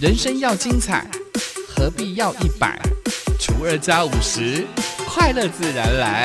人生要精彩，何必要100除2加50，快乐自然来。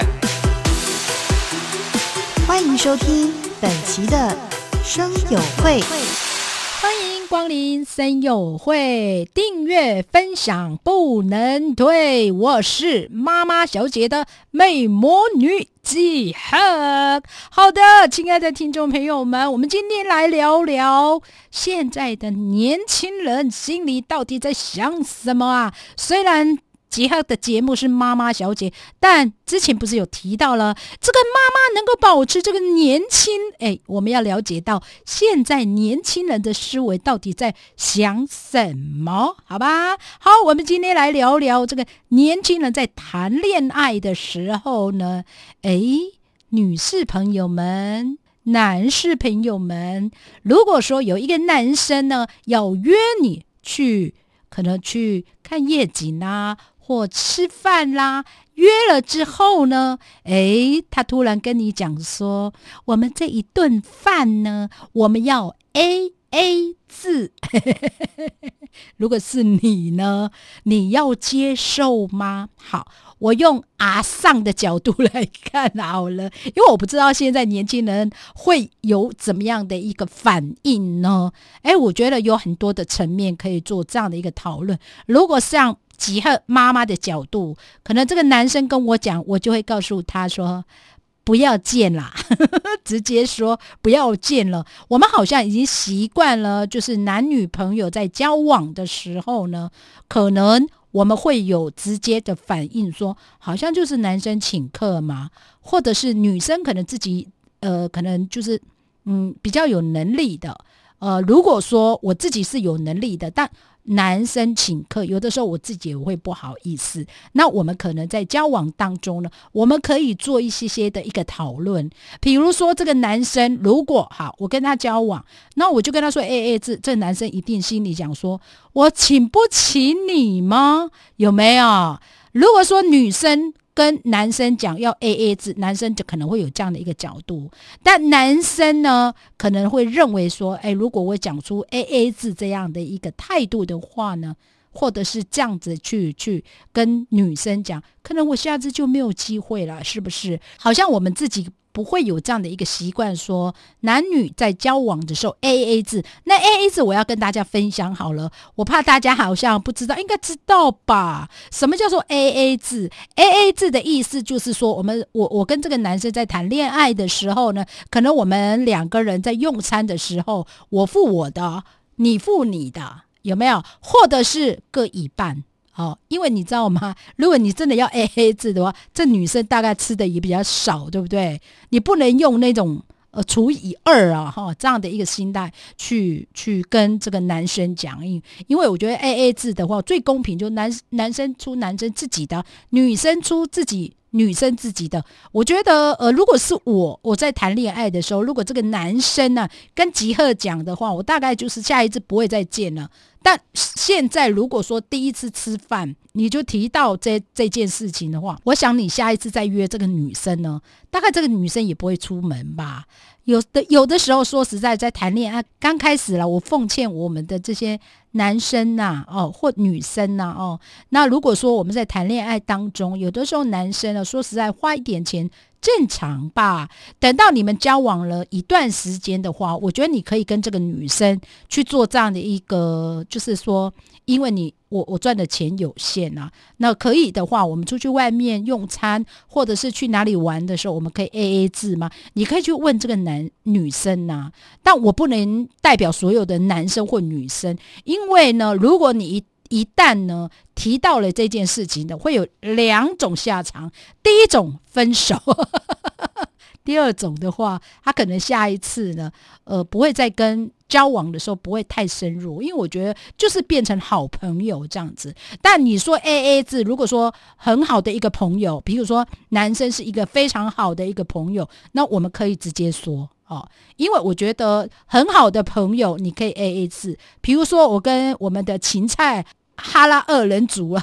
欢迎收听本期的声友会， 欢迎光临声友会，订阅分享不能退。我是妈妈小姐的美魔女季赫。好的，亲爱的听众朋友们，我们今天来聊聊现在的年轻人心里到底在想什么啊？虽然吉赫的节目是妈妈小姐，但之前不是有提到了这个妈妈能够保持这个年轻，我们要了解到现在年轻人的思维到底在想什么，好吧？好，我们今天来聊聊这个年轻人在谈恋爱的时候呢，女士朋友们，男士朋友们，如果说有一个男生呢要约你可能去看夜景啊，或吃饭啦，约了之后呢，他突然跟你讲说，我们这一顿饭呢，我们要 AA 制。如果是你呢，你要接受吗？好，我用阿桑的角度来看好了，因为我不知道现在年轻人会有怎么样的一个反应呢？我觉得有很多的层面可以做这样的一个讨论。如果像吉赫妈妈的角度，可能这个男生跟我讲，我就会告诉他说不要见啦。直接说不要见了。我们好像已经习惯了，就是男女朋友在交往的时候呢，可能我们会有直接的反应说，好像就是男生请客嘛，或者是女生可能自己可能就是比较有能力的。如果说我自己是有能力的，但男生请客，有的时候我自己也会不好意思。那我们可能在交往当中呢，我们可以做一些的一个讨论。比如说这个男生如果好，我跟他交往，那我就跟他说 AA 制，这男生一定心里讲说，我请不起你吗？有没有？如果说女生跟男生讲要 AA 制，男生就可能会有这样的一个角度，但男生呢可能会认为说，如果我讲出 AA 制这样的一个态度的话呢，或者是这样子去跟女生讲，可能我下次就没有机会了，是不是？好像我们自己不会有这样的一个习惯，说男女在交往的时候 AA 制。那 AA 制我要跟大家分享好了，我怕大家好像不知道，应该知道吧？什么叫做 AA 制？ AA 制的意思就是说，我跟这个男生在谈恋爱的时候呢，可能我们两个人在用餐的时候，我付我的，你付你的，有没有？或者是各一半。因为你知道吗？如果你真的要 AA 制的话，这女生大概吃的也比较少，对不对？你不能用那种除以2啊，这样的一个心态去跟这个男生讲，因为我觉得 AA 制的话最公平，就男生出男生自己的，女生出女生自己的。我觉得如果是我在谈恋爱的时候，如果这个男生呢跟吉赫讲的话，我大概就是下一次不会再见了。但现在如果说第一次吃饭你就提到这件事情的话，我想你下一次再约这个女生呢，大概这个女生也不会出门吧。有的时候说实在，在谈恋爱刚开始了，我奉劝我们的这些男生呐，或女生呐，那如果说我们在谈恋爱当中，有的时候男生呢，说实在花一点钱正常吧。等到你们交往了一段时间的话，我觉得你可以跟这个女生去做这样的一个，就是说，因为我赚的钱有限啊，那可以的话，我们出去外面用餐，或者是去哪里玩的时候，我们可以 AA 制吗？你可以去问这个女生啊，但我不能代表所有的男生或女生，因为呢，如果你一旦呢提到了这件事情的，会有2种下场。第一种分手，第二种的话，他可能下一次呢，不会再跟交往的时候不会太深入，因为我觉得就是变成好朋友这样子。但你说 AA 制，如果说很好的一个朋友，比如说男生是一个非常好的一个朋友，那我们可以直接说。因为我觉得很好的朋友你可以 AA 制，比如说我跟我们的芹菜哈拉2人组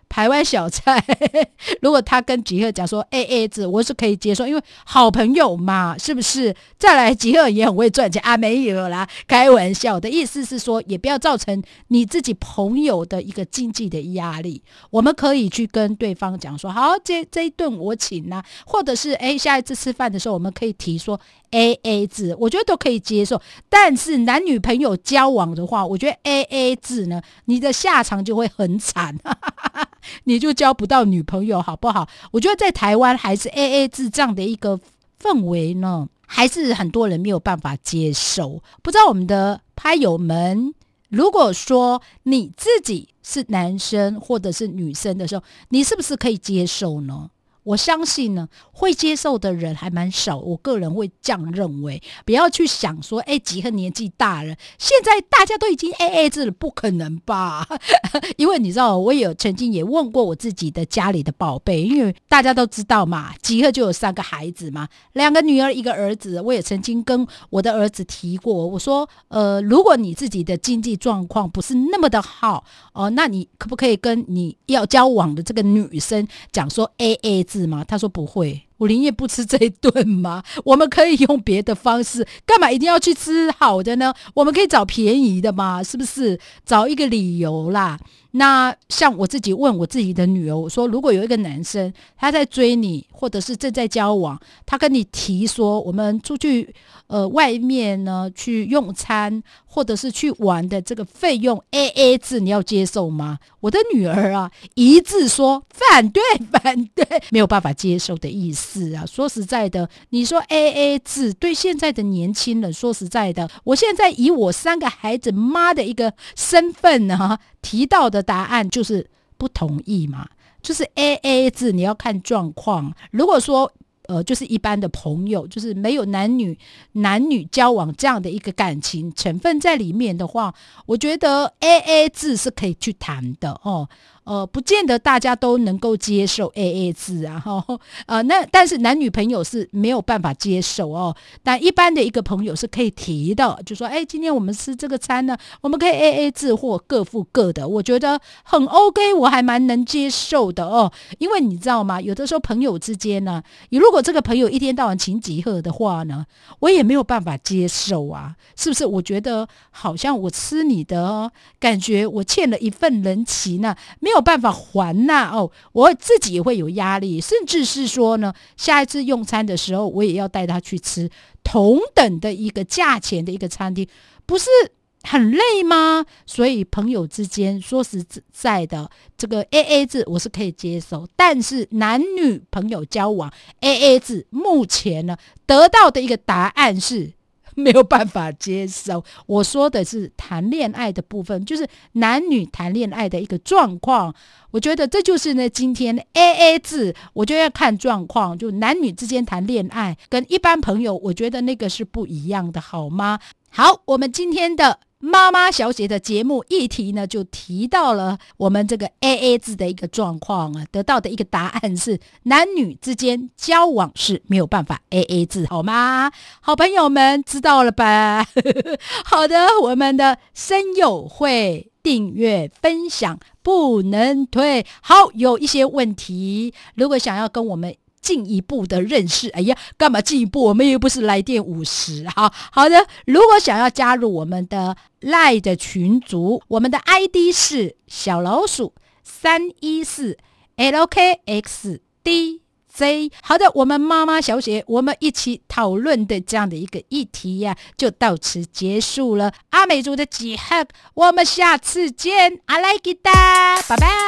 台湾小菜如果他跟吉赫讲说 AA 制，我是可以接受，因为好朋友嘛，是不是？再来吉赫也很会赚钱啊，没有啦，开玩笑的意思是说，也不要造成你自己朋友的一个经济的压力。我们可以去跟对方讲说，好，这一顿我请啊，或者是下一次吃饭的时候我们可以提说 AA 制，我觉得都可以接受。但是男女朋友交往的话，我觉得 AA 制呢，你的下场就会很惨你就交不到女朋友，好不好？我觉得在台湾还是 AA 制这样的一个氛围呢，还是很多人没有办法接受。不知道我们的拍友们，如果说你自己是男生或者是女生的时候，你是不是可以接受呢？我相信呢，会接受的人还蛮少，我个人会这样认为。不要去想说，吉赫年纪大了，现在大家都已经 AA 制了，不可能吧？因为你知道，我曾经也问过我自己的家里的宝贝，因为大家都知道嘛，吉赫就有3个孩子嘛，2个女儿1个儿子。我也曾经跟我的儿子提过，我说，如果你自己的经济状况不是那么的好，那你可不可以跟你要交往的这个女生讲说 AA 制？他说不会，我宁愿不吃这一顿嘛，我们可以用别的方式，干嘛一定要去吃好的呢？我们可以找便宜的嘛，是不是？找一个理由啦。那像我自己问我自己的女儿，我说如果有一个男生他在追你，或者是正在交往，他跟你提说我们出去外面呢去用餐或者是去玩的这个费用 AA 制，你要接受吗？我的女儿啊一致说反对，没有办法接受的意思啊。说实在的，你说 AA 制对现在的年轻人，说实在的，我现在以我3个孩子妈的一个身份呢，提到的答案就是不同意嘛，就是 AA 制你要看状况。如果说就是一般的朋友，就是没有男女交往这样的一个感情成分在里面的话，我觉得 AA 制是可以去谈的不见得大家都能够接受 AA 制啊但是男女朋友是没有办法接受但一般的一个朋友是可以提的，就说今天我们吃这个餐呢，我们可以 AA 制或各付各的，我觉得很 OK， 我还蛮能接受的因为你知道吗，有的时候朋友之间呢，如果这个朋友一天到晚请几何的话呢，我也没有办法接受啊，是不是？我觉得好像我吃你的感觉我欠了一份人情呢，没有办法还我自己也会有压力，甚至是说呢，下一次用餐的时候我也要带他去吃同等的一个价钱的一个餐厅，不是很累吗？所以朋友之间说实在的，这个 AA 制我是可以接受，但是男女朋友交往 AA 制目前呢得到的一个答案是没有办法接受。我说的是谈恋爱的部分，就是男女谈恋爱的一个状况。我觉得这就是呢，今天 AA 制，我就要看状况，就男女之间谈恋爱跟一般朋友，我觉得那个是不一样的，好吗？好，我们今天的妈妈小姐的节目议题呢，就提到了我们这个 AA 制的一个状况啊，得到的一个答案是男女之间交往是没有办法 AA 制，好吗？好朋友们知道了吧？好的，我们的声友会订阅分享不能退。好，有一些问题，如果想要跟我们进一步的认识，干嘛进一步？我们又不是来电50。好的，如果想要加入我们的 LINE 的群组，我们的 ID 是小老鼠314 LKXD。好的，我们妈妈小姐，我们一起讨论的这样的一个议题呀，就到此结束了。阿美族的几何，我们下次见，I like it，拜拜。